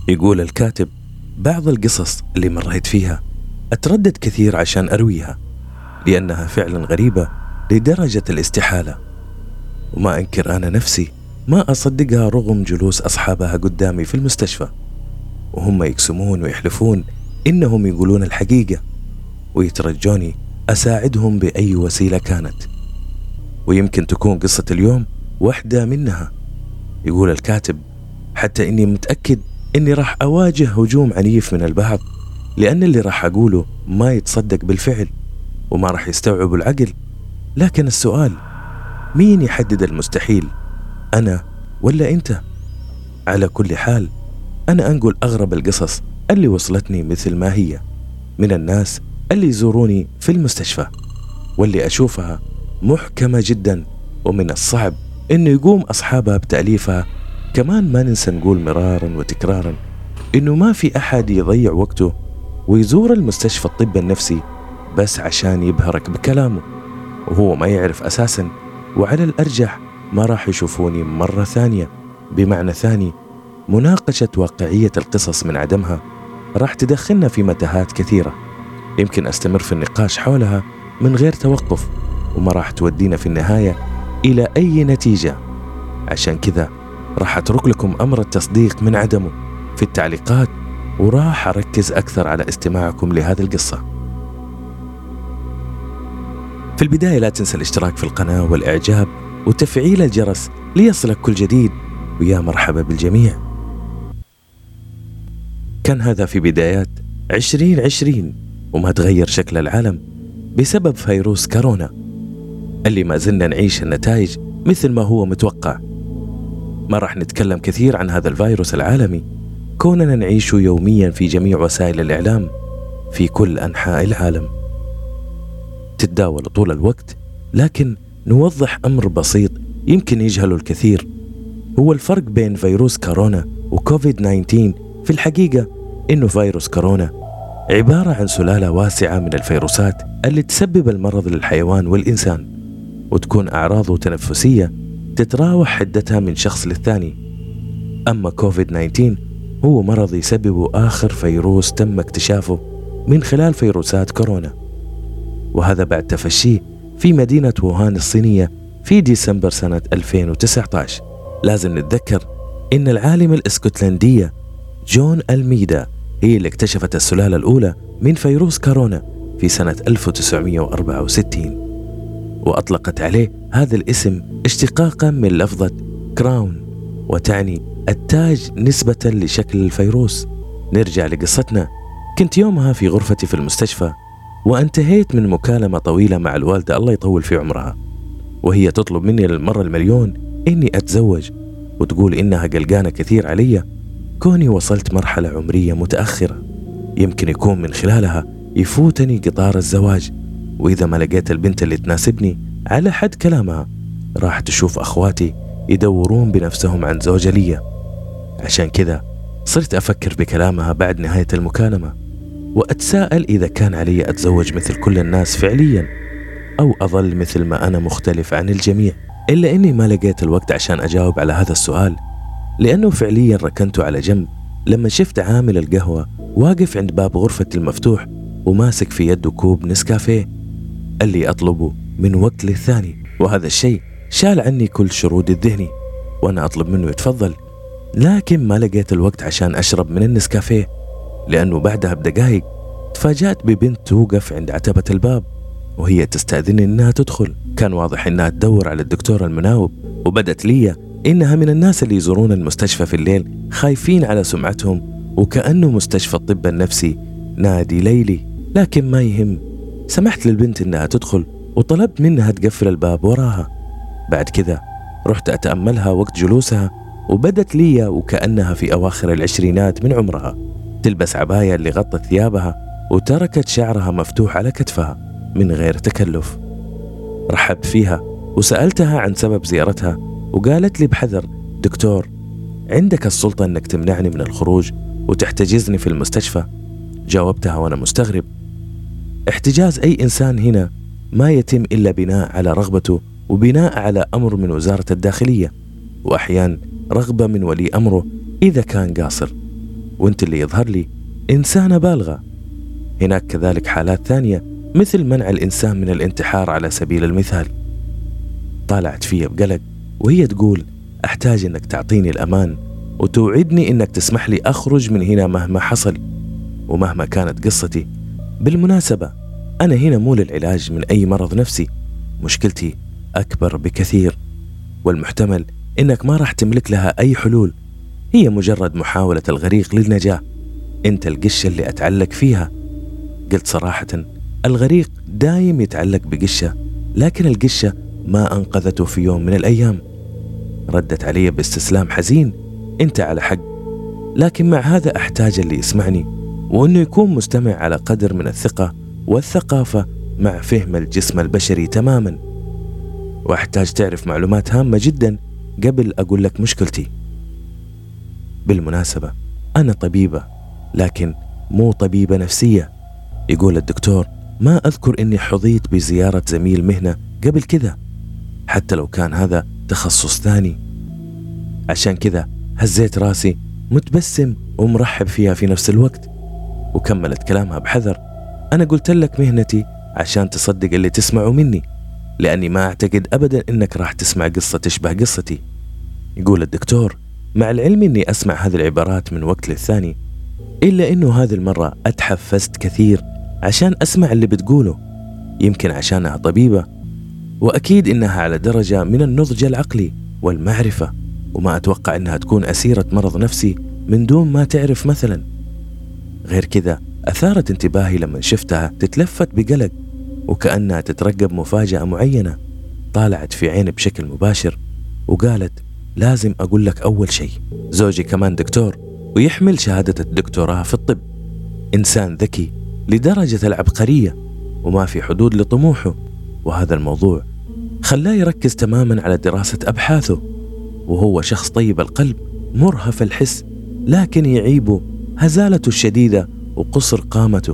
يقول الكاتب: بعض القصص اللي مريت فيها أتردد كثير عشان أرويها، لأنها فعلا غريبة لدرجة الاستحالة، وما أنكر أنا نفسي ما أصدقها رغم جلوس أصحابها قدامي في المستشفى، وهم يقسمون ويحلفون إنهم يقولون الحقيقة، ويترجوني أساعدهم بأي وسيلة كانت. ويمكن تكون قصة اليوم واحدة منها. يقول الكاتب: حتى إني متأكد إني راح أواجه هجوم عنيف من البعض، لأن اللي راح أقوله ما يتصدق بالفعل وما راح يستوعب العقل. لكن السؤال: مين يحدد المستحيل، أنا ولا أنت؟ على كل حال، أنا أنقل أغرب القصص اللي وصلتني مثل ما هي من الناس اللي يزوروني في المستشفى، واللي أشوفها محكمة جدا، ومن الصعب إنه يقوم أصحابها بتأليفها. كمان ما ننسى نقول مرارا وتكرارا إنه ما في أحد يضيع وقته ويزور المستشفى الطب النفسي بس عشان يبهرك بكلامه وهو ما يعرف أساسا، وعلى الأرجح ما راح يشوفوني مرة ثانية. بمعنى ثاني، مناقشة واقعية القصص من عدمها راح تدخلنا في متاهات كثيرة، يمكن أستمر في النقاش حولها من غير توقف، وما راح تودينا في النهاية إلى أي نتيجة. عشان كذا راح أترك لكم أمر التصديق من عدمه في التعليقات، وراح أركز أكثر على استماعكم لهذه القصة. في البداية لا تنسى الاشتراك في القناة والإعجاب وتفعيل الجرس ليصلك كل جديد، ويا مرحبا بالجميع. كان هذا في بدايات 2020، وما تغير شكل العالم بسبب فيروس كورونا اللي ما زلنا نعيش النتائج مثل ما هو متوقع. ما راح نتكلم كثير عن هذا الفيروس العالمي كوننا نعيشه يوميا في جميع وسائل الإعلام في كل أنحاء العالم، تتداول طول الوقت. لكن نوضح أمر بسيط يمكن يجهله الكثير، هو الفرق بين فيروس كورونا وكوفيد 19. في الحقيقة إنه فيروس كورونا عبارة عن سلالة واسعة من الفيروسات اللي تسبب المرض للحيوان والإنسان، وتكون أعراضه تنفسية تتراوح حدتها من شخص للثاني. أما كوفيد 19 هو مرض يسببه آخر فيروس تم اكتشافه من خلال فيروسات كورونا، وهذا بعد تفشيه في مدينة ووهان الصينية في ديسمبر سنة 2019. لازم نتذكر إن العالمة الإسكتلندية جون ألميدا هي اللي اكتشفت السلالة الأولى من فيروس كورونا في سنة 1964، وأطلقت عليه هذا الاسم اشتقاقا من لفظة كراون، وتعني التاج نسبة لشكل الفيروس. نرجع لقصتنا. كنت يومها في غرفتي في المستشفى، وانتهيت من مكالمة طويلة مع الوالدة الله يطول في عمرها، وهي تطلب مني للمرة المليون إني أتزوج، وتقول إنها قلقانة كثير علي كوني وصلت مرحلة عمرية متأخرة يمكن يكون من خلالها يفوتني قطار الزواج، وإذا ما لقيت البنت اللي تناسبني على حد كلامها راح تشوف أخواتي يدورون بنفسهم عن زوجة لي. عشان كذا صرت أفكر بكلامها بعد نهاية المكالمة، وأتساءل إذا كان علي أتزوج مثل كل الناس فعليا، أو أظل مثل ما أنا مختلف عن الجميع. إلا إني ما لقيت الوقت عشان أجاوب على هذا السؤال، لأنه فعليا ركنته على جنب لما شفت عامل القهوة واقف عند باب غرفتي المفتوح وماسك في يده كوب نسكافيه اللي أطلبه من وقت للثاني، وهذا الشيء شال عني كل شرودي الذهني، وأنا أطلب منه يتفضل. لكن ما لقيت الوقت عشان أشرب من النسكافيه، لأنه بعدها بدقائق تفاجأت ببنت توقف عند عتبة الباب وهي تستأذنني إنها تدخل. كان واضح إنها تدور على الدكتور المناوب، وبدت لي إنها من الناس اللي يزورون المستشفى في الليل خايفين على سمعتهم، وكأنه مستشفى الطب النفسي نادي ليلي. لكن ما يهم، سمحت للبنت إنها تدخل وطلبت منها تقفل الباب وراها. بعد كذا رحت أتأملها وقت جلوسها، وبدت لي وكأنها في أواخر العشرينات من عمرها، تلبس عباية اللي غطت ثيابها وتركت شعرها مفتوح على كتفها من غير تكلف. رحبت فيها وسألتها عن سبب زيارتها، وقالت لي بحذر: دكتور، عندك السلطة أنك تمنعني من الخروج وتحتجزني في المستشفى؟ جاوبتها وأنا مستغرب. احتجاز أي إنسان هنا ما يتم إلا بناء على رغبته وبناء على أمر من وزارة الداخلية، وأحيانا رغبة من ولي أمره إذا كان قاصر. وانت اللي يظهر لي إنسانة بالغة. هناك كذلك حالات ثانية مثل منع الإنسان من الانتحار على سبيل المثال. طالعت فيها بقلق وهي تقول أحتاج إنك تعطيني الأمان وتوعدني إنك تسمح لي أخرج من هنا مهما حصل ومهما كانت قصتي. بالمناسبة أنا هنا مو للعلاج من أي مرض نفسي، مشكلتي أكبر بكثير، والمحتمل إنك ما راح تملك لها أي حلول، هي مجرد محاولة الغريق للنجاة. أنت القشة اللي أتعلق فيها. قلت صراحة الغريق دايم يتعلق بقشة، لكن القشة ما أنقذته في يوم من الأيام. ردت علي باستسلام حزين أنت على حق، لكن مع هذا أحتاج اللي يسمعني وأنه يكون مستمع على قدر من الثقة والثقافة مع فهم الجسم البشري تماما، وأحتاج تعرف معلومات هامة جدا قبل أقول لك مشكلتي. بالمناسبة أنا طبيبة، لكن مو طبيبة نفسية. يقول الدكتور ما أذكر أني حظيت بزيارة زميل مهنة قبل كذا، حتى لو كان هذا تخصص ثاني. عشان كذا هزيت راسي متبسم ومرحب فيها في نفس الوقت. وكملت كلامها بحذر، أنا قلت لك مهنتي عشان تصدق اللي تسمعه مني، لأني ما أعتقد أبدا أنك راح تسمع قصة تشبه قصتي. يقول الدكتور مع العلم أني أسمع هذه العبارات من وقت للثاني، إلا أنه هذه المرة أتحفزت كثير عشان أسمع اللي بتقوله، يمكن عشانها طبيبة، وأكيد إنها على درجة من النضج العقلي والمعرفة، وما أتوقع إنها تكون أسيرة مرض نفسي من دون ما تعرف مثلا. غير كذا أثارت انتباهي لما شفتها تتلفت بقلق وكأنها تترقب مفاجأة معينة. طالعت في عيني بشكل مباشر وقالت لازم أقول لك أول شيء، زوجي كمان دكتور ويحمل شهادة الدكتوراه في الطب، إنسان ذكي لدرجة العبقرية وما في حدود لطموحه، وهذا الموضوع خلاه يركز تماما على دراسة أبحاثه. وهو شخص طيب القلب مرهف الحس، لكن يعيبه هزالته الشديدة وقصر قامته.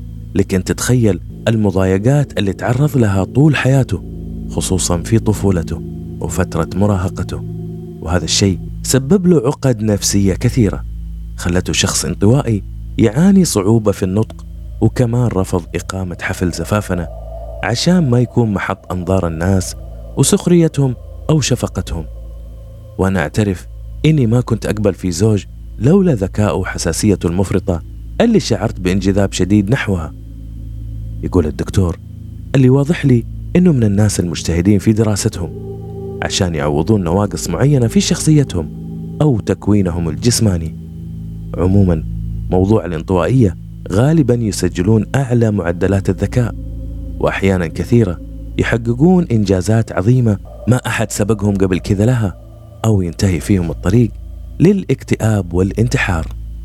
لكن تتخيل المضايقات اللي تعرض لها طول حياته، خصوصا في طفولته وفترة مراهقته، وهذا الشيء سبب له عقد نفسية كثيرة خلته شخص انطوائي يعاني صعوبة في النطق، وكمان رفض إقامة حفل زفافنا عشان ما يكون محط أنظار الناس وسخريتهم أو شفقتهم. وأنا أعترف إني ما كنت أقبل في زوج لولا ذكاء وحساسيته المفرطة اللي شعرت بانجذاب شديد نحوها. يقول الدكتور اللي واضح لي إنه من الناس المجتهدين في دراستهم عشان يعوضون نواقص معينة في شخصيتهم أو تكوينهم الجسماني. عموما موضوع الانطوائية غالبا يسجلون أعلى معدلات الذكاء، وأحيانا كثيرة يحققون إنجازات عظيمة ما أحد سبقهم قبل كذا لها، أو ينتهي فيهم الطريق للاكتئاب والانتحار.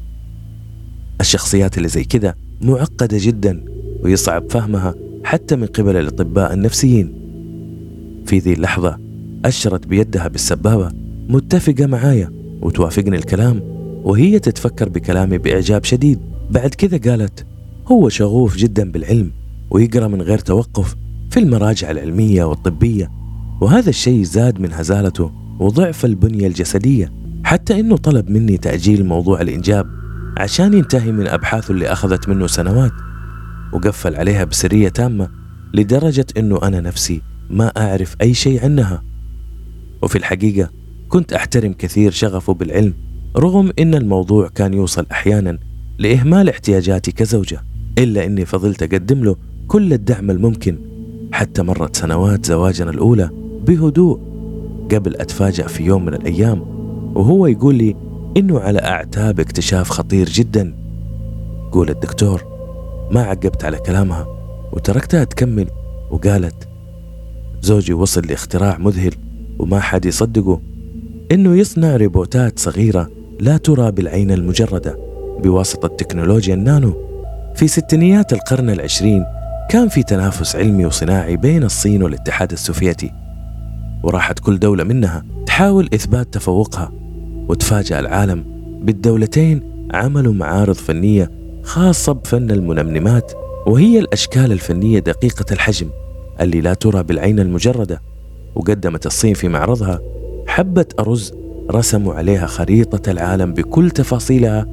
الشخصيات اللي زي كذا معقدة جدا ويصعب فهمها حتى من قبل الأطباء النفسيين. في ذي اللحظة أشرت بيدها بالسبابة متفقة معايا وتوافقني الكلام، وهي تتفكر بكلامي بإعجاب شديد. بعد كذا قالت هو شغوف جدا بالعلم ويقرأ من غير توقف في المراجع العلمية والطبية، وهذا الشيء زاد من هزالته وضعف البنية الجسدية، حتى إنه طلب مني تأجيل موضوع الإنجاب عشان ينتهي من أبحاثه اللي أخذت منه سنوات، وقفل عليها بسرية تامة لدرجة إنه أنا نفسي ما أعرف أي شيء عنها. وفي الحقيقة كنت أحترم كثير شغفه بالعلم، رغم إن الموضوع كان يوصل أحيانا لإهمال احتياجاتي كزوجة، إلا إني فضلت أقدم له كل الدعم الممكن. حتى مرت سنوات زواجنا الأولى بهدوء قبل أتفاجأ في يوم من الأيام وهو يقول لي إنه على أعتاب اكتشاف خطير جدا. قول الدكتور ما عقبت على كلامها وتركتها تكمل، وقالت زوجي وصل لاختراع مذهل وما حد يصدقه، إنه يصنع روبوتات صغيرة لا ترى بالعين المجردة بواسطة تكنولوجيا النانو. في ستينيات القرن العشرين كان في تنافس علمي وصناعي بين الصين والاتحاد السوفيتي، وراحت كل دولة منها تحاول إثبات تفوقها، وتفاجأ العالم بالدولتين عملوا معارض فنية خاصة بفن المنمنمات، وهي الأشكال الفنية دقيقة الحجم اللي لا ترى بالعين المجردة. وقدمت الصين في معرضها حبة أرز رسموا عليها خريطة العالم بكل تفاصيلها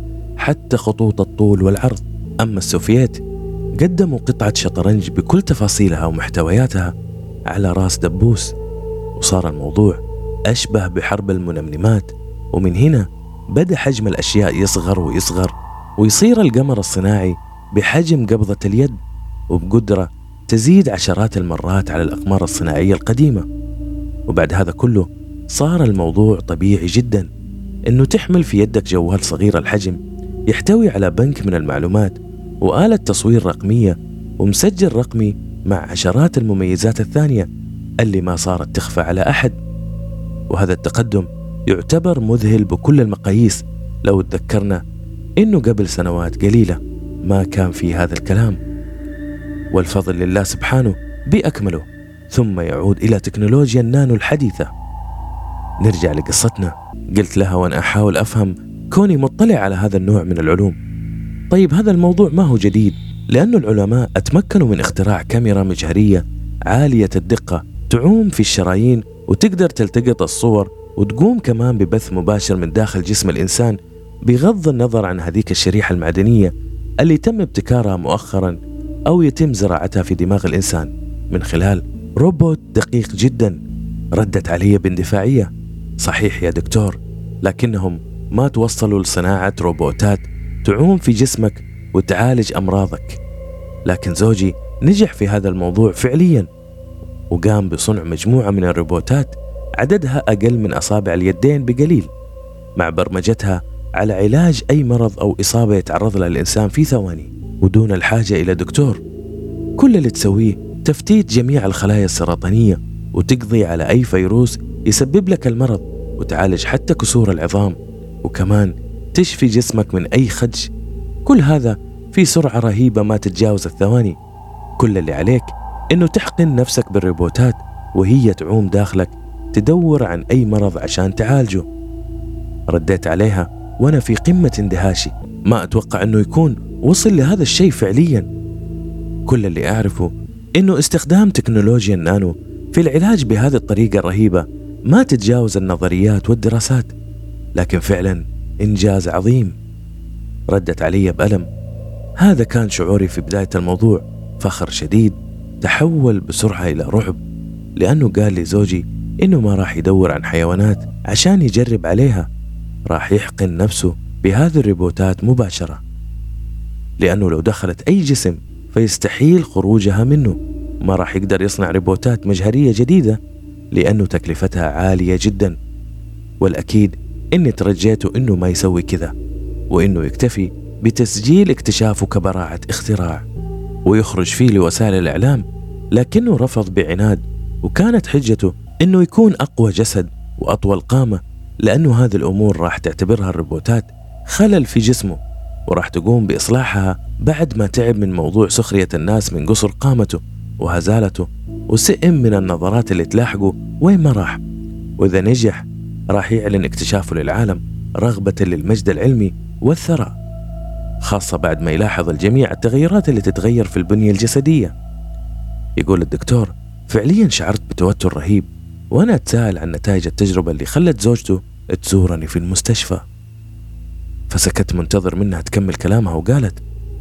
حتى خطوط الطول والعرض. أما السوفييت قدموا قطعة شطرنج بكل تفاصيلها ومحتوياتها على رأس دبوس، وصار الموضوع أشبه بحرب المنمنمات. ومن هنا بدأ حجم الأشياء يصغر ويصغر، ويصير القمر الصناعي بحجم قبضة اليد، وبقدرة تزيد عشرات المرات على الأقمار الصناعية القديمة. وبعد هذا كله صار الموضوع طبيعي جدا إنه تحمل في يدك جوال صغير الحجم يحتوي على بنك من المعلومات وآلة تصوير رقمية ومسجل رقمي مع عشرات المميزات الثانية اللي ما صارت تخفى على أحد. وهذا التقدم يعتبر مذهل بكل المقاييس لو تذكرنا إنه قبل سنوات قليلة ما كان في هذا الكلام. والفضل لله سبحانه بأكمله، ثم يعود إلى تكنولوجيا النانو الحديثة. نرجع لقصتنا. قلت لها وأنا أحاول أفهم كوني مطلع على هذا النوع من العلوم، طيب هذا الموضوع ما هو جديد، لأن العلماء اتمكنوا من اختراع كاميرا مجهرية عالية الدقة تعوم في الشرايين وتقدر تلتقط الصور وتقوم كمان ببث مباشر من داخل جسم الإنسان، بغض النظر عن هذيك الشريحة المعدنية اللي تم ابتكارها مؤخرا أو يتم زراعتها في دماغ الإنسان من خلال روبوت دقيق جدا. ردت علي باندفاعية: صحيح يا دكتور، لكنهم ما توصلوا لصناعة روبوتات تعوم في جسمك وتعالج أمراضك. لكن زوجي نجح في هذا الموضوع فعليا، وقام بصنع مجموعة من الروبوتات عددها أقل من أصابع اليدين بقليل، مع برمجتها على علاج أي مرض أو إصابة يتعرض لها الإنسان في ثواني ودون الحاجة إلى دكتور. كل اللي تسويه تفتيت جميع الخلايا السرطانية وتقضي على أي فيروس يسبب لك المرض، وتعالج حتى كسور العظام، وكمان تشفي جسمك من أي خدش. كل هذا في سرعة رهيبة ما تتجاوز الثواني. كل اللي عليك إنه تحقن نفسك بالروبوتات وهي تعوم داخلك تدور عن أي مرض عشان تعالجه. رديت عليها وأنا في قمة اندهاشي، ما أتوقع إنه يكون وصل لهذا الشيء فعليا. كل اللي أعرفه إنه استخدام تكنولوجيا النانو في العلاج بهذه الطريقة الرهيبة ما تتجاوز النظريات والدراسات، لكن فعلا إنجاز عظيم. ردت علي بألم. هذا كان شعوري في بداية الموضوع، فخر شديد تحول بسرعة إلى رعب، لأنه قال لي زوجي إنه ما راح يدور عن حيوانات عشان يجرب عليها، راح يحقن نفسه بهذه الروبوتات مباشرة، لأنه لو دخلت أي جسم فيستحيل خروجها منه. ما راح يقدر يصنع روبوتات مجهرية جديدة لأنه تكلفتها عالية جدا. والأكيد إني ترجيته إنه ما يسوي كذا، وإنه يكتفي بتسجيل اكتشافه كبراعة اختراع ويخرج فيه لوسائل الإعلام، لكنه رفض بعناد، وكانت حجته إنه يكون أقوى جسد وأطول قامة، لأنه هذه الأمور راح تعتبرها الروبوتات خلل في جسمه، وراح تقوم بإصلاحها بعد ما تعب من موضوع سخرية الناس من قصر قامته وهزالته وسئم من النظرات اللي تلاحقه وين ما راح. وإذا نجح راح يعلن اكتشافه للعالم رغبة للمجد العلمي والثراء، خاصة بعد ما يلاحظ الجميع التغيرات اللي تتغير في البنية الجسدية. يقول الدكتور: فعليا شعرت بتوتر رهيب وأنا أتساءل عن نتائج التجربة اللي خلت زوجته تزورني في المستشفى. فسكت منتظر منها تكمل كلامها، وقالت: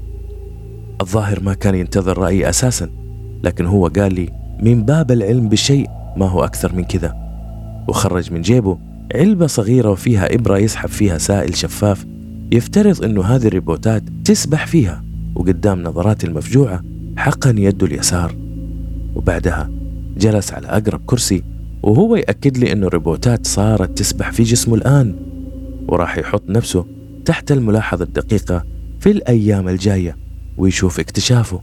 الظاهر ما كان ينتظر رأيي أساسا، لكن هو قال لي من باب العلم بالشيء ما هو أكثر من كذا. وخرج من جيبه علبة صغيرة وفيها إبرة يسحب فيها سائل شفاف يفترض إنه هذه الروبوتات تسبح فيها، وقدام نظراتي المفجوعة حقن يده اليسار، وبعدها جلس على أقرب كرسي وهو يأكد لي إنه الروبوتات صارت تسبح في جسمه الآن، وراح يحط نفسه تحت الملاحظة الدقيقة في الأيام الجاية ويشوف اكتشافه.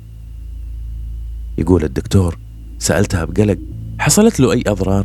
يقول الدكتور: سألتها بقلق: حصلت له أي أضرار؟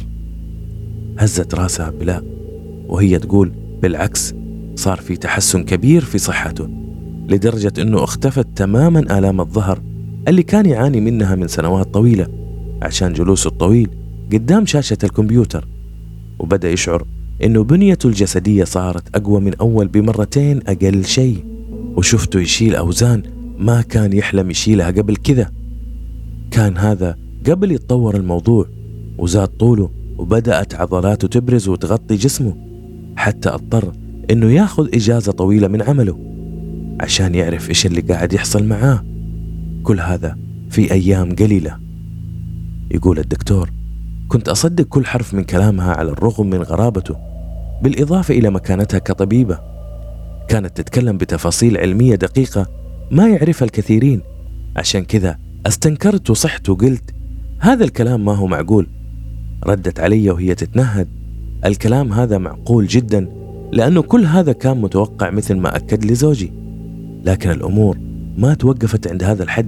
هزت راسها بلا، وهي تقول: بالعكس، صار في تحسن كبير في صحته، لدرجة أنه اختفت تماما آلام الظهر اللي كان يعاني منها من سنوات طويلة عشان جلوسه الطويل قدام شاشة الكمبيوتر، وبدأ يشعر أنه بنيته الجسدية صارت أقوى من أول بمرتين أقل شيء، وشفته يشيل أوزان ما كان يحلم يشيلها قبل كذا. كان هذا قبل يتطور الموضوع وزاد طوله وبدأت عضلاته تبرز وتغطي جسمه، حتى اضطر إنه ياخذ إجازة طويلة من عمله. عشان يعرف إيش اللي قاعد يحصل معاه، كل هذا في أيام قليلة. يقول الدكتور: كنت أصدق كل حرف من كلامها على الرغم من غرابته، بالإضافة إلى مكانتها كطبيبة. كانت تتكلم بتفاصيل علمية دقيقة ما يعرفها الكثيرين، عشان كذا استنكرت وصحت وقلت: هذا الكلام ما هو معقول. ردت علي وهي تتنهد: الكلام هذا معقول جدا، لأنه كل هذا كان متوقع مثل ما أكد لي زوجي. لكن الأمور ما توقفت عند هذا الحد.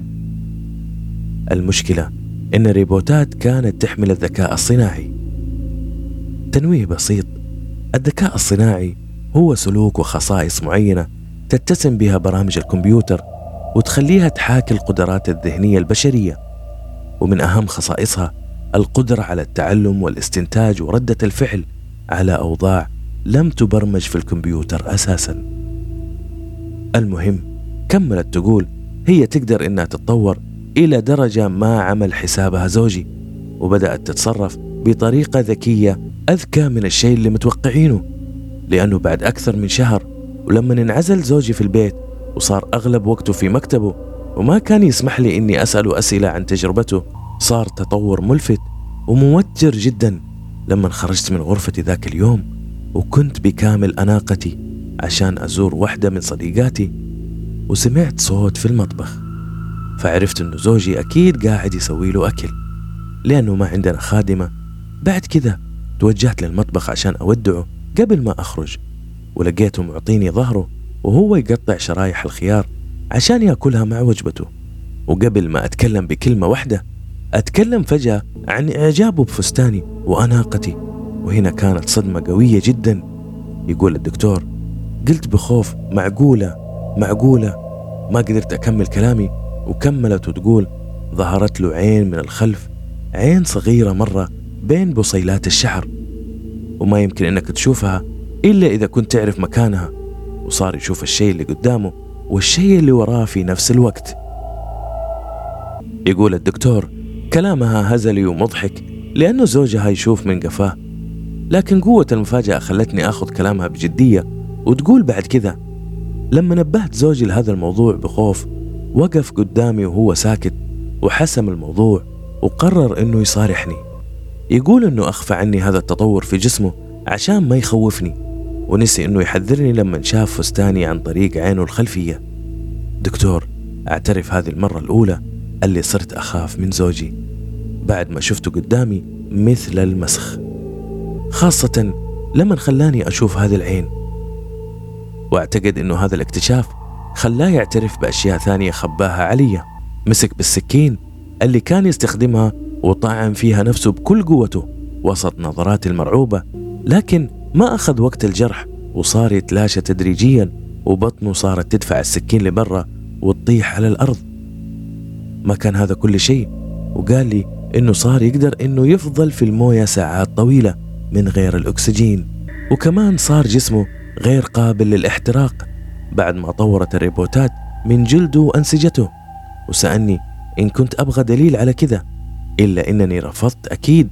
المشكلة إن الريبوتات كانت تحمل الذكاء الصناعي. تنويه بسيط: الذكاء الصناعي هو سلوك وخصائص معينة تتسم بها برامج الكمبيوتر وتخليها تحاكي القدرات الذهنية البشرية، ومن أهم خصائصها القدرة على التعلم والاستنتاج وردة الفعل على أوضاع لم تبرمج في الكمبيوتر أساسا. المهم، كملت تقول: هي تقدر إنها تتطور إلى درجة ما عمل حسابها زوجي، وبدأت تتصرف بطريقة ذكية أذكى من الشيء اللي متوقعينه. لأنه بعد أكثر من شهر، ولما انعزل زوجي في البيت وصار أغلب وقته في مكتبه وما كان يسمح لي إني أسأله أسئلة عن تجربته، صار تطور ملفت وموتر جدا. لما خرجت من غرفتي ذاك اليوم وكنت بكامل أناقتي عشان أزور واحدة من صديقاتي، وسمعت صوت في المطبخ، فعرفت إنه زوجي أكيد قاعد يسوي له أكل، لأنه ما عندنا خادمة. بعد كذا توجهت للمطبخ عشان أودعه قبل ما أخرج، ولقيته معطيني ظهره وهو يقطع شرايح الخيار عشان يأكلها مع وجبته. وقبل ما أتكلم بكلمة واحدة، أتكلم فجأة عن إعجابه بفستاني وأناقتي، وهنا كانت صدمة قوية جدا. يقول الدكتور: قلت بخوف: معقولة؟ ما قدرت أكمل كلامي، وكملت وتقول: ظهرت له عين من الخلف، عين صغيرة مرة بين بصيلات الشعر، وما يمكن إنك تشوفها إلا إذا كنت تعرف مكانها. وصار يشوف الشيء اللي قدامه والشيء اللي وراه في نفس الوقت. يقول الدكتور: كلامها هزلي ومضحك لأنه زوجها يشوف من قفاه، لكن قوة المفاجأة خلتني أخذ كلامها بجدية. وتقول بعد كذا: لما نبهت زوجي لهذا الموضوع بخوف، وقف قدامي وهو ساكت وحسم الموضوع وقرر إنه يصارحني. يقول إنه أخفى عني هذا التطور في جسمه عشان ما يخوفني، ونسي إنه يحذرني لما شاف فستاني عن طريق عينه الخلفية. دكتور، أعترف هذه المرة الأولى اللي صرت أخاف من زوجي بعد ما شفته قدامي مثل المسخ، خاصة لما خلاني أشوف هذه العين. وأعتقد إنه هذا الاكتشاف خلاه يعترف بأشياء ثانية خباها علي. مسك بالسكين اللي كان يستخدمها وطعن فيها نفسه بكل قوته وسط نظراتي المرعوبة، لكن ما أخذ وقت الجرح وصار يتلاشى تدريجيا، وبطنه صارت تدفع السكين لبرا وتطيح على الأرض. ما كان هذا كل شيء، وقال لي إنه صار يقدر إنه يفضل في الموية ساعات طويلة من غير الأكسجين، وكمان صار جسمه غير قابل للاحتراق بعد ما طورت الريبوتات من جلده وأنسجته. وسألني إن كنت أبغى دليل على كذا، إلا إنني رفضت أكيد،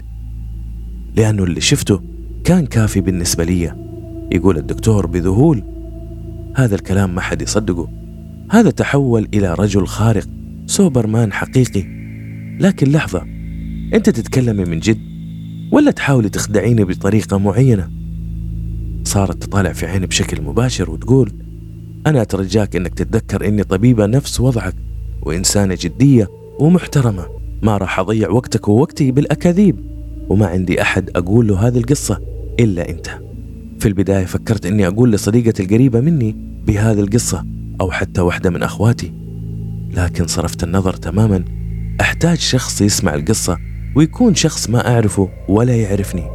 لأنه اللي شفته كان كافي بالنسبة لي. يقول الدكتور بذهول: هذا الكلام ما حد يصدقه، هذا تحول إلى رجل خارق، سوبرمان حقيقي. لكن لحظة، أنت تتكلمي من جد ولا تحاولي تخدعيني بطريقة معينة؟ صارت تطالع في عيني بشكل مباشر وتقول: أنا أترجاك إنك تتذكر إني طبيبة نفس وضعك وإنسانة جدية ومحترمة، ما راح أضيع وقتك ووقتي بالأكاذيب، وما عندي أحد أقول له هذه القصة إلا أنت. في البداية فكرت إني أقول لصديقتي القريبة مني بهذه القصة أو حتى واحدة من أخواتي، لكن صرفت النظر تماما. أحتاج شخص يسمع القصة ويكون شخص ما أعرفه ولا يعرفني،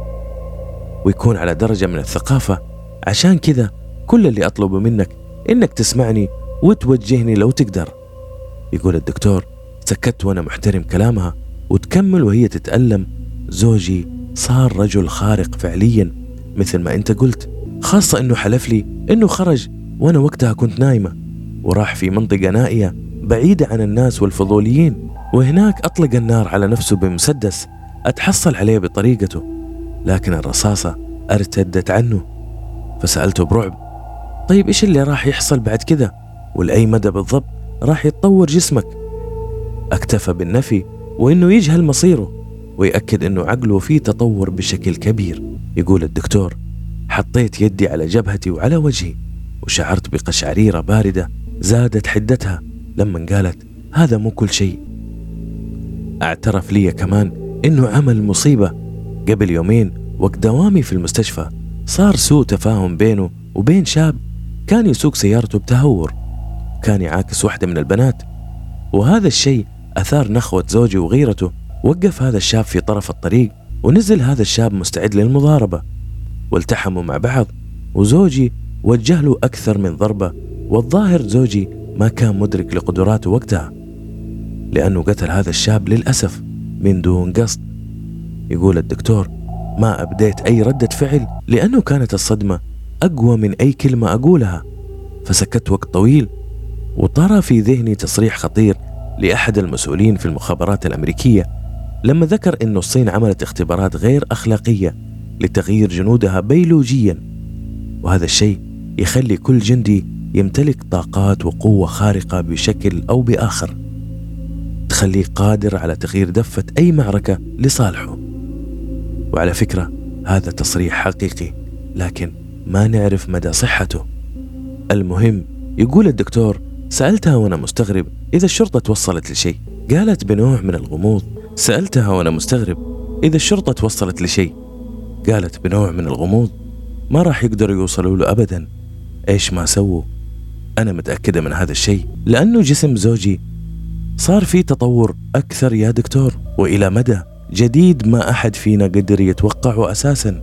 ويكون على درجة من الثقافة. عشان كذا كل اللي أطلبه منك إنك تسمعني وتوجهني لو تقدر. يقول الدكتور: سكت وأنا محترم كلامها، وتكمل وهي تتألم: زوجي صار رجل خارق فعليا مثل ما أنت قلت، خاصة إنه حلف لي إنه خرج وأنا وقتها كنت نايمة وراح في منطقة نائية بعيدة عن الناس والفضوليين، وهناك أطلق النار على نفسه بمسدس أتحصل عليه بطريقته، لكن الرصاصة ارتدت عنه. فسألته برعب: طيب إيش اللي راح يحصل بعد كذا؟ ولأي مدى بالضبط راح يتطور جسمك. اكتفى بالنفي وإنه يجهل مصيره ويأكد إنه عقله فيه تطور بشكل كبير. يقول الدكتور: حطيت يدي على جبهتي وعلى وجهي وشعرت بقشعريرة باردة زادت حدتها لما قالت هذا مو كل شيء. اعترف لي كمان إنه عمل مصيبة. قبل يومين وقت دوامي في المستشفى صار سوء تفاهم بينه وبين شاب كان يسوق سيارته بتهور، كان يعاكس واحدة من البنات، وهذا الشيء أثار نخوة زوجي وغيرته. وقف هذا الشاب في طرف الطريق ونزل هذا الشاب مستعد للمضاربة، والتحموا مع بعض وزوجي وجه له أكثر من ضربة. والظاهر زوجي ما كان مدرك لقدراته وقتها لأنه قتل هذا الشاب للأسف من دون قصد. يقول الدكتور: ما أبديت أي ردة فعل لأنه كانت الصدمة أقوى من أي كلمة أقولها، فسكت وقت طويل. وطرى في ذهني تصريح خطير لأحد المسؤولين في المخابرات الأمريكية لما ذكر إنه الصين عملت اختبارات غير أخلاقية لتغيير جنودها بيولوجيا، وهذا الشيء يخلي كل جندي يمتلك طاقات وقوة خارقة بشكل أو بآخر تخليه قادر على تغيير دفة أي معركة لصالحه. وعلى فكرة هذا تصريح حقيقي لكن ما نعرف مدى صحته. المهم، يقول الدكتور: سألتها وأنا مستغرب إذا الشرطة توصلت لشيء. قالت بنوع من الغموض: سألتها وأنا مستغرب إذا الشرطة توصلت لشيء. قالت بنوع من الغموض: ما راح يقدروا يوصلوا له أبدا، إيش ما سووا. أنا متأكدة من هذا الشيء لأنه جسم زوجي صار فيه تطور أكثر يا دكتور، وإلى مدى جديد ما أحد فينا قدر يتوقعه أساسا.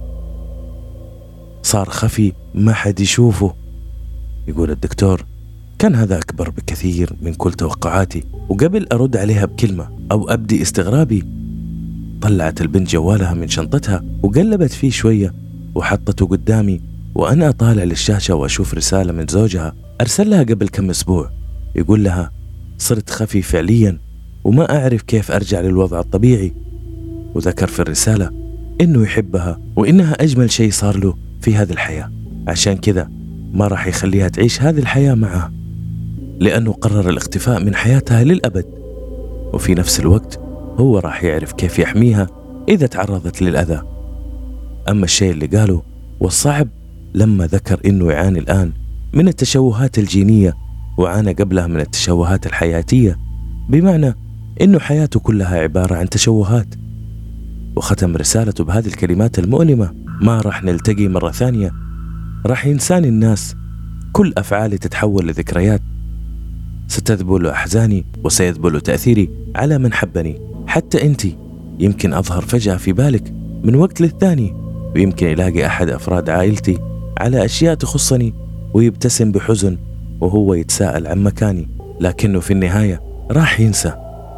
صار خفي ما حد يشوفه. يقول الدكتور: كان هذا أكبر بكثير من كل توقعاتي. وقبل أرد عليها بكلمة أو أبدي استغرابي طلعت البنت جوالها من شنطتها وقلبت فيه شوية وحطته قدامي، وأنا أطالع للشاشة وأشوف رسالة من زوجها أرسل لها قبل كم أسبوع يقول لها: صرت خفي فعليا وما أعرف كيف أرجع للوضع الطبيعي. وذكر في الرسالة إنه يحبها وإنها أجمل شيء صار له في هذه الحياة، عشان كذا ما راح يخليها تعيش هذه الحياة معه لأنه قرر الاختفاء من حياتها للأبد، وفي نفس الوقت هو راح يعرف كيف يحميها إذا تعرضت للأذى. أما الشيء اللي قاله والصعب لما ذكر إنه يعاني الآن من التشوهات الجينية وعانى قبلها من التشوهات الحياتية، بمعنى إنه حياته كلها عبارة عن تشوهات. وختم رسالته بهذه الكلمات المؤلمة: ما راح نلتقي مرة ثانية، راح ينساني الناس، كل أفعالي تتحول لذكريات، ستذبل أحزاني وسيذبل تأثيري على من حبني، حتى أنتي يمكن أظهر فجأة في بالك من وقت للثاني، ويمكن يلاقي أحد أفراد عائلتي على أشياء تخصني ويبتسم بحزن وهو يتساءل عن مكاني، لكنه في النهاية راح ينسى.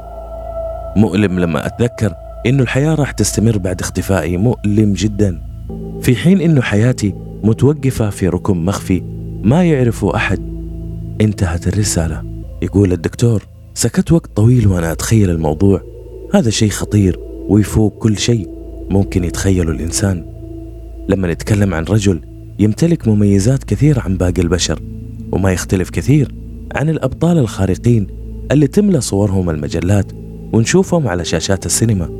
مؤلم لما أتذكر إنه الحياة راح تستمر بعد اختفائي، مؤلم جدا، في حين إنه حياتي متوقفة في ركن مخفي ما يعرفه أحد. انتهت الرسالة. يقول الدكتور: سكت وقت طويل وأنا أتخيل الموضوع. هذا شيء خطير ويفوق كل شيء ممكن يتخيله الإنسان. لما نتكلم عن رجل يمتلك مميزات كثيرة عن باقي البشر وما يختلف كثير عن الأبطال الخارقين اللي تملى صورهم المجلات ونشوفهم على شاشات السينما،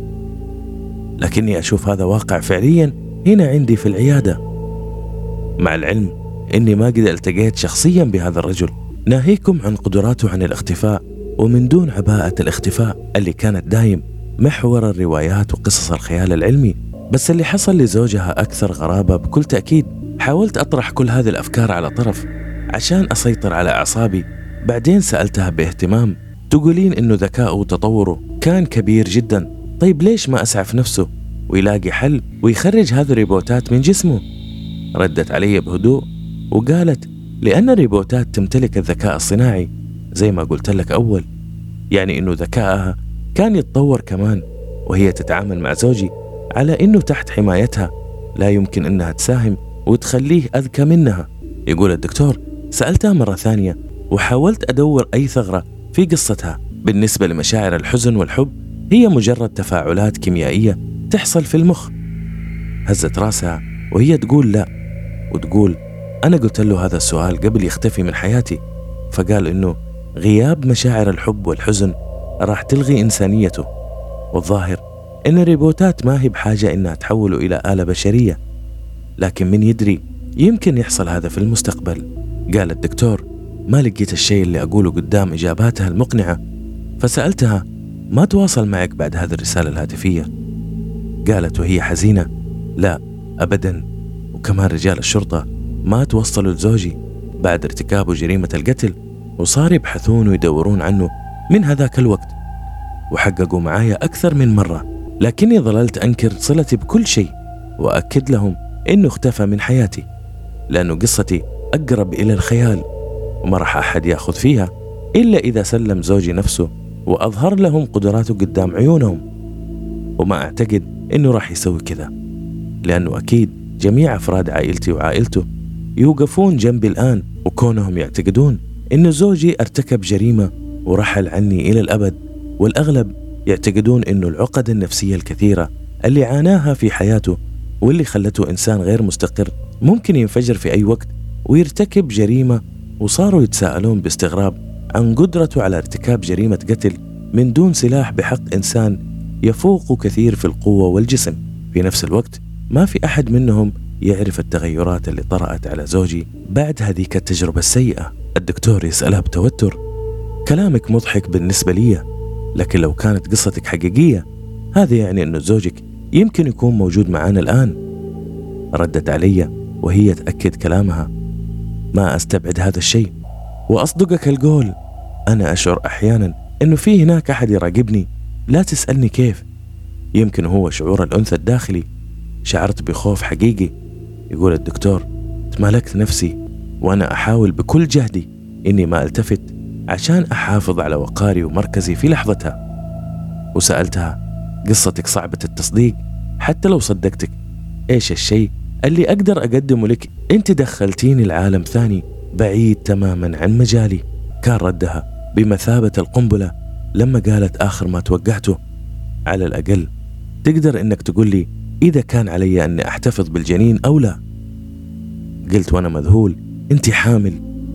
لكني أشوف هذا واقع فعليا هنا عندي في العيادة، مع العلم إني ما قد التقيت شخصيا بهذا الرجل. ناهيكم عن قدراته عن الاختفاء ومن دون عباءة الاختفاء اللي كانت دايم محور الروايات وقصص الخيال العلمي، بس اللي حصل لزوجها أكثر غرابة بكل تأكيد. حاولت أطرح كل هذه الأفكار على طرف عشان أسيطر على أعصابي. بعدين سألتها باهتمام: تقولين إنه ذكاؤه وتطوره كان كبير جدا، طيب ليش ما أسعف نفسه ويلاقي حل ويخرج هذه الريبوتات من جسمه؟ ردت علي بهدوء وقالت: لأن الريبوتات تمتلك الذكاء الصناعي زي ما قلت لك أول، يعني إنه ذكائها كان يتطور كمان، وهي تتعامل مع زوجي على إنه تحت حمايتها، لا يمكن إنها تساهم وتخليه أذكى منها. يقول الدكتور: سألتها مرة ثانية وحاولت أدور أي ثغرة في قصتها. بالنسبة لمشاعر الحزن والحب هي مجرد تفاعلات كيميائية تحصل في المخ. هزت راسها وهي تقول لا، وتقول: أنا قلت له هذا السؤال قبل يختفي من حياتي، فقال إنه غياب مشاعر الحب والحزن راح تلغي إنسانيته، والظاهر إن الريبوتات ما هي بحاجة إنها تحوله إلى آلة بشرية، لكن من يدري يمكن يحصل هذا في المستقبل. قال الدكتور: ما لقيت الشيء اللي أقوله قدام إجاباتها المقنعة، فسألتها: ما تواصل معك بعد هذه الرسالة الهاتفية؟ قالت وهي حزينة: لا أبدا، وكمان رجال الشرطة ما توصلوا لزوجي بعد ارتكابه جريمة القتل، وصار يبحثون ويدورون عنه من هذاك الوقت، وحققوا معايا أكثر من مرة، لكني ظللت أنكر صلتي بكل شيء، وأكد لهم إنه اختفى من حياتي، لأنه قصتي أقرب إلى الخيال، وما راح أحد يأخذ فيها إلا إذا سلم زوجي نفسه وأظهر لهم قدراته قدام عيونهم، وما أعتقد إنه راح يسوي كذا، لأنه أكيد جميع أفراد عائلتي وعائلته يوقفون جنبي الآن، وكونهم يعتقدون إنه زوجي ارتكب جريمة ورحل عني إلى الأبد، والأغلب يعتقدون إنه العقد النفسية الكثيرة اللي عاناها في حياته واللي خلته إنسان غير مستقر ممكن ينفجر في أي وقت ويرتكب جريمة، وصاروا يتساءلون باستغراب عن قدرته على ارتكاب جريمة قتل من دون سلاح بحق إنسان يفوق كثير في القوة والجسم. في نفس الوقت ما في أحد منهم يعرف التغيرات اللي طرأت على زوجي بعد هذيك التجربة السيئة. الدكتور يسألها بتوتر: كلامك مضحك بالنسبة لي، لكن لو كانت قصتك حقيقية هذا يعني أنه زوجك يمكن يكون موجود معانا الآن. ردت علي وهي تأكد كلامها: ما أستبعد هذا الشيء، وأصدقك القول، أنا أشعر أحيانا أنه في هناك أحد يراقبني، لا تسألني كيف، يمكن هو شعور الأنثى الداخلي، شعرت بخوف حقيقي. يقول الدكتور: تمالكت نفسي وأنا أحاول بكل جهدي إني ما ألتفت عشان أحافظ على وقاري ومركزي في لحظتها، وسألتها: قصتك صعبة التصديق، حتى لو صدقتك إيش الشيء اللي أقدر أقدمه لك؟ أنت دخلتيني لعالم ثاني بعيد تماما عن مجالي. كان ردها بمثابة القنبلة لما قالت آخر ما توقعته: على الأقل تقدر إنك تقول لي إذا كان علي أني أحتفظ بالجنين أو لا. قلت وأنا مذهول: أنت حامل؟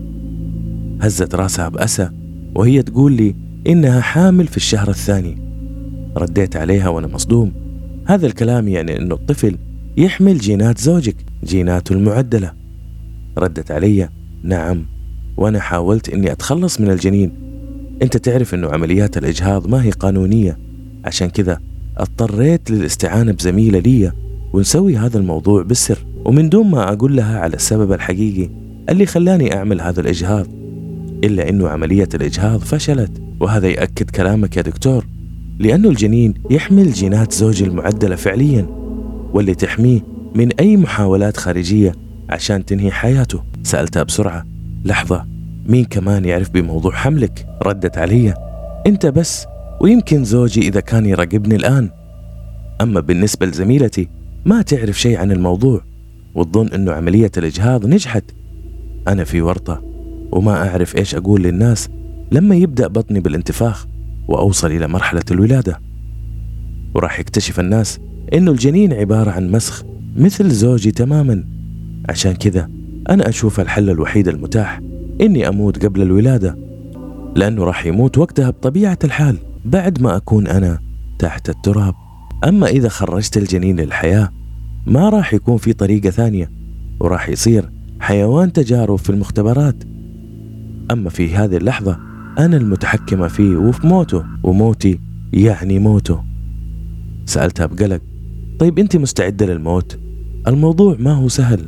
هزت راسها بأسى وهي تقول لي إنها حامل في الشهر الثاني. رديت عليها وأنا مصدوم، هذا الكلام يعني إنه الطفل يحمل جينات زوجك، جيناته المعدلة. ردت علي: نعم، وأنا حاولت إني أتخلص من الجنين. أنت تعرف إنه عمليات الإجهاض ما هي قانونية، عشان كذا اضطريت للاستعانة بزميلة لي ونسوي هذا الموضوع بالسر، ومن دون ما أقول لها على السبب الحقيقي اللي خلاني أعمل هذا الإجهاض. إلا إنه عملية الإجهاض فشلت، وهذا يأكد كلامك يا دكتور، لأنه الجنين يحمل جينات زوجي المعدلة فعليا، واللي تحميه من أي محاولات خارجية عشان تنهي حياته. سألتها بسرعة: لحظة، مين كمان يعرف بموضوع حملك؟ ردت علي: أنت بس، ويمكن زوجي إذا كان يراقبني الآن. أما بالنسبة لزميلتي ما تعرف شيء عن الموضوع، وتظن أنه عملية الإجهاض نجحت. أنا في ورطة وما أعرف إيش أقول للناس لما يبدأ بطني بالانتفاخ وأوصل إلى مرحلة الولادة، وراح يكتشف الناس إنه الجنين عبارة عن مسخ مثل زوجي تماما. عشان كذا أنا أشوف الحل الوحيد المتاح إني أموت قبل الولادة، لأنه راح يموت وقتها بطبيعة الحال بعد ما أكون أنا تحت التراب. أما إذا خرجت الجنين للحياة ما راح يكون في طريقة ثانية، وراح يصير حيوان تجارب في المختبرات. أما في هذه اللحظة أنا المتحكمة فيه وفي موته، وموتي يعني موته. سألتها بقلق: طيب أنت مستعدة للموت؟ الموضوع ما هو سهل.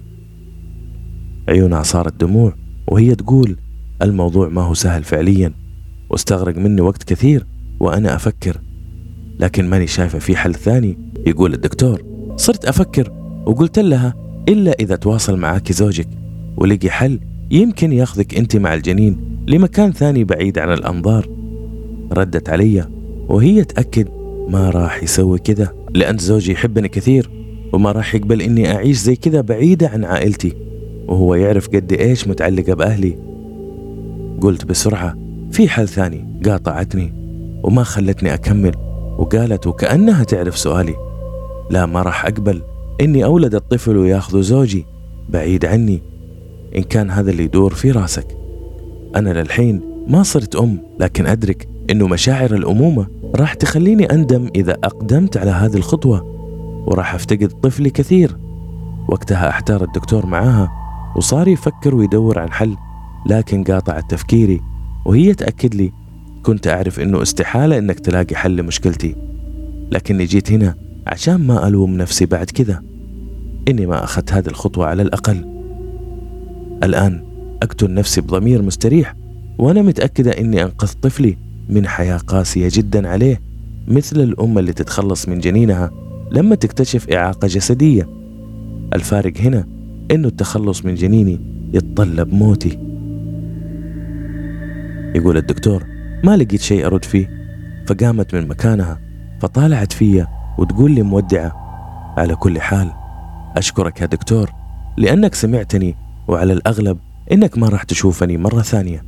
عيونها صارت دموع وهي تقول: الموضوع ما هو سهل فعليا، واستغرق مني وقت كثير وأنا أفكر، لكن ماني شايفة في حل ثاني. يقول الدكتور: صرت أفكر وقلت لها إلا إذا تواصل معاك زوجك ولقي حل يمكن ياخذك أنت مع الجنين لمكان ثاني بعيد عن الأنظار. ردت علي وهي تأكد: ما راح يسوي كذا، لأن زوجي يحبني كثير وما راح يقبل إني أعيش زي كذا بعيدة عن عائلتي، وهو يعرف قد إيش متعلقة بأهلي. قلت بسرعة: في حل ثاني. قاطعتني وما خلتني أكمل، وقالت وكأنها تعرف سؤالي: لا، ما راح أقبل إني أولد الطفل وياخذ زوجي بعيد عني، إن كان هذا اللي يدور في راسك. أنا للحين ما صرت أم، لكن أدرك إنه مشاعر الأمومة راح تخليني أندم إذا أقدمت على هذه الخطوة، وراح أفتقد طفلي كثير. وقتها احتار الدكتور معاها وصار يفكر ويدور عن حل، لكن قاطعت تفكيري وهي تأكد لي كنت أعرف إنه استحالة إنك تلاقي حل لمشكلتي، لكني جيت هنا عشان ما ألوم نفسي بعد كذا إني ما أخذت هذه الخطوة على الأقل. الآن أقتل نفسي بضمير مستريح وأنا متأكدة إني أنقذت طفلي من حياة قاسية جدا عليه، مثل الأم اللي تتخلص من جنينها لما تكتشف إعاقة جسدية. الفارق هنا إنه التخلص من جنيني يتطلب موتي. يقول الدكتور ما لقيت شيء أرد فيه، فقامت من مكانها فطالعت فيا وتقول لي مودعة: على كل حال أشكرك يا دكتور لأنك سمعتني، وعلى الأغلب إنك ما راح تشوفني مرة ثانية،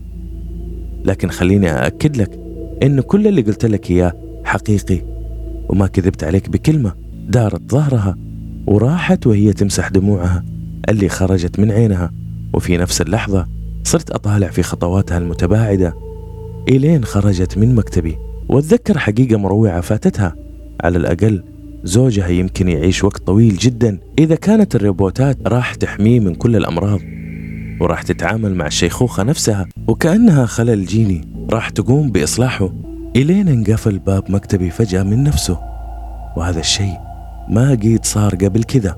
لكن خليني أأكد لك إن كل اللي قلت لك إياه حقيقي وما كذبت عليك بكلمة. دارت ظهرها وراحت وهي تمسح دموعها اللي خرجت من عينها، وفي نفس اللحظة صرت أطالع في خطواتها المتباعدة إلين خرجت من مكتبي. وأتذكر حقيقة مروعة فاتتها، على الأقل زوجها يمكن يعيش وقت طويل جدا إذا كانت الروبوتات راح تحميه من كل الأمراض، وراح تتعامل مع الشيخوخة نفسها وكأنها خلل جيني راح تقوم بإصلاحه، إلين انقفل باب مكتبي فجأة من نفسه. وهذا الشيء ما قيد صار قبل كذا.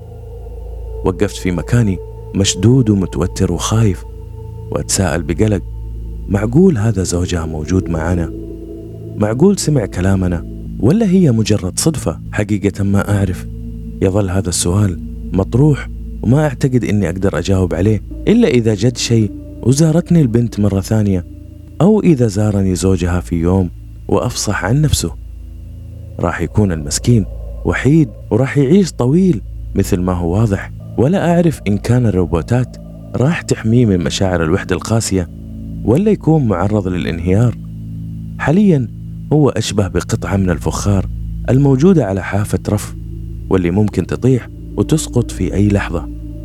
وقفت في مكاني مشدود ومتوتر وخايف، وأتساءل بقلق: معقول هذا زوجها موجود معنا؟ معقول سمع كلامنا؟ ولا هي مجرد صدفة؟ حقيقة ما أعرف. يظل هذا السؤال مطروح وما أعتقد إني أقدر أجاوب عليه إلا إذا جد شيء وزارتني البنت مرة ثانية، أو إذا زارني زوجها في يوم وأفصح عن نفسه. راح يكون المسكين وحيد وراح يعيش طويل مثل ما هو واضح، ولا أعرف إن كان الروبوتات راح تحميه من مشاعر الوحدة القاسية ولا يكون معرض للانهيار. حاليا هو أشبه بقطعة من الفخار الموجودة على حافة رف، واللي ممكن تطيح وتسقط في أي لحظة.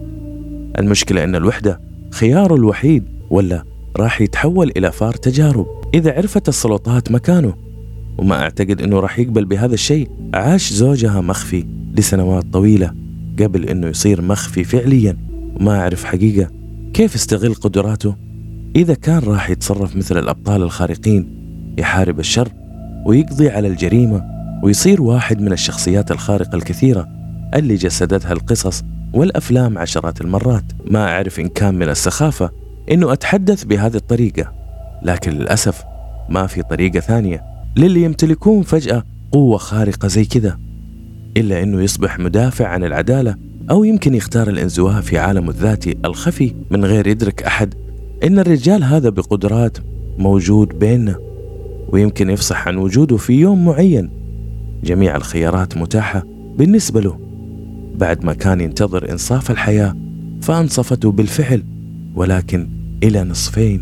المشكلة إن الوحدة خياره الوحيد، ولا راح يتحول إلى فار تجارب إذا عرفت السلطات مكانه. وما أعتقد إنه راح يقبل بهذا الشيء. عاش زوجها مخفي لسنوات طويلة قبل إنه يصير مخفي فعليا، وما أعرف حقيقة كيف استغل قدراته. إذا كان راح يتصرف مثل الأبطال الخارقين، يحارب الشر ويقضي على الجريمة ويصير واحد من الشخصيات الخارقة الكثيرة اللي جسدتها القصص والأفلام عشرات المرات. ما أعرف إن كان من السخافة إنه أتحدث بهذه الطريقة، لكن للأسف ما في طريقة ثانية للي يمتلكون فجأة قوة خارقة زي كذا إلا إنه يصبح مدافع عن العدالة، أو يمكن يختار الانزواء في عالمه الذاتي الخفي من غير يدرك أحد إن الرجال هذا بقدرات موجود بيننا، ويمكن يفصح عن وجوده في يوم معين. جميع الخيارات متاحة بالنسبة له بعد ما كان ينتظر إنصاف الحياة، فأنصفته بالفعل، ولكن إلى نصفين.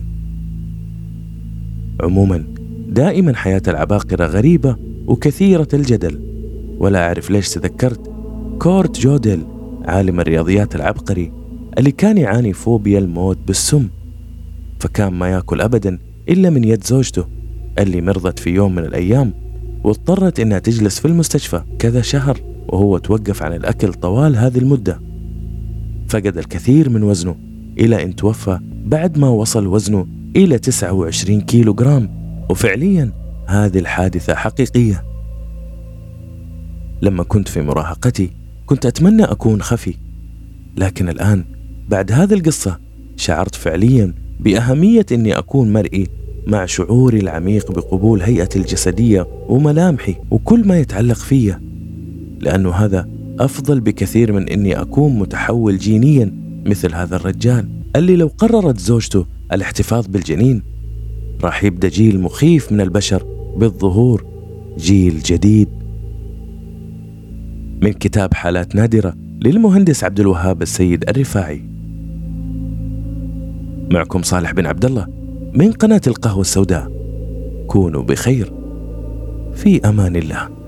عموما دائما حياة العباقرة غريبة وكثيرة الجدل، ولا أعرف ليش تذكرت كورت جوديل عالم الرياضيات العبقري اللي كان يعاني فوبيا الموت بالسم، فكان ما يأكل أبدا إلا من يد زوجته اللي مرضت في يوم من الأيام واضطرت إنها تجلس في المستشفى كذا شهر، وهو توقف عن الأكل طوال هذه المدة. فقد الكثير من وزنه إلى أن توفى بعد ما وصل وزنه إلى 29 كيلو جرام. وفعليا هذه الحادثة حقيقية. لما كنت في مراهقتي كنت أتمنى أكون خفي، لكن الآن بعد هذه القصة شعرت فعليا بأهمية أني أكون مرئي، مع شعوري العميق بقبول هيئتي الجسدية وملامحي وكل ما يتعلق فيا، لأنه هذا أفضل بكثير من أني أكون متحول جينيا مثل هذا الرجال اللي لو قررت زوجته الاحتفاظ بالجنين راح يبدأ جيل مخيف من البشر بالظهور، جيل جديد. من كتاب حالات نادرة للمهندس عبد الوهاب السيد الرفاعي. معكم صالح بن عبد الله من قناة القهوة السوداء. كونوا بخير، في أمان الله.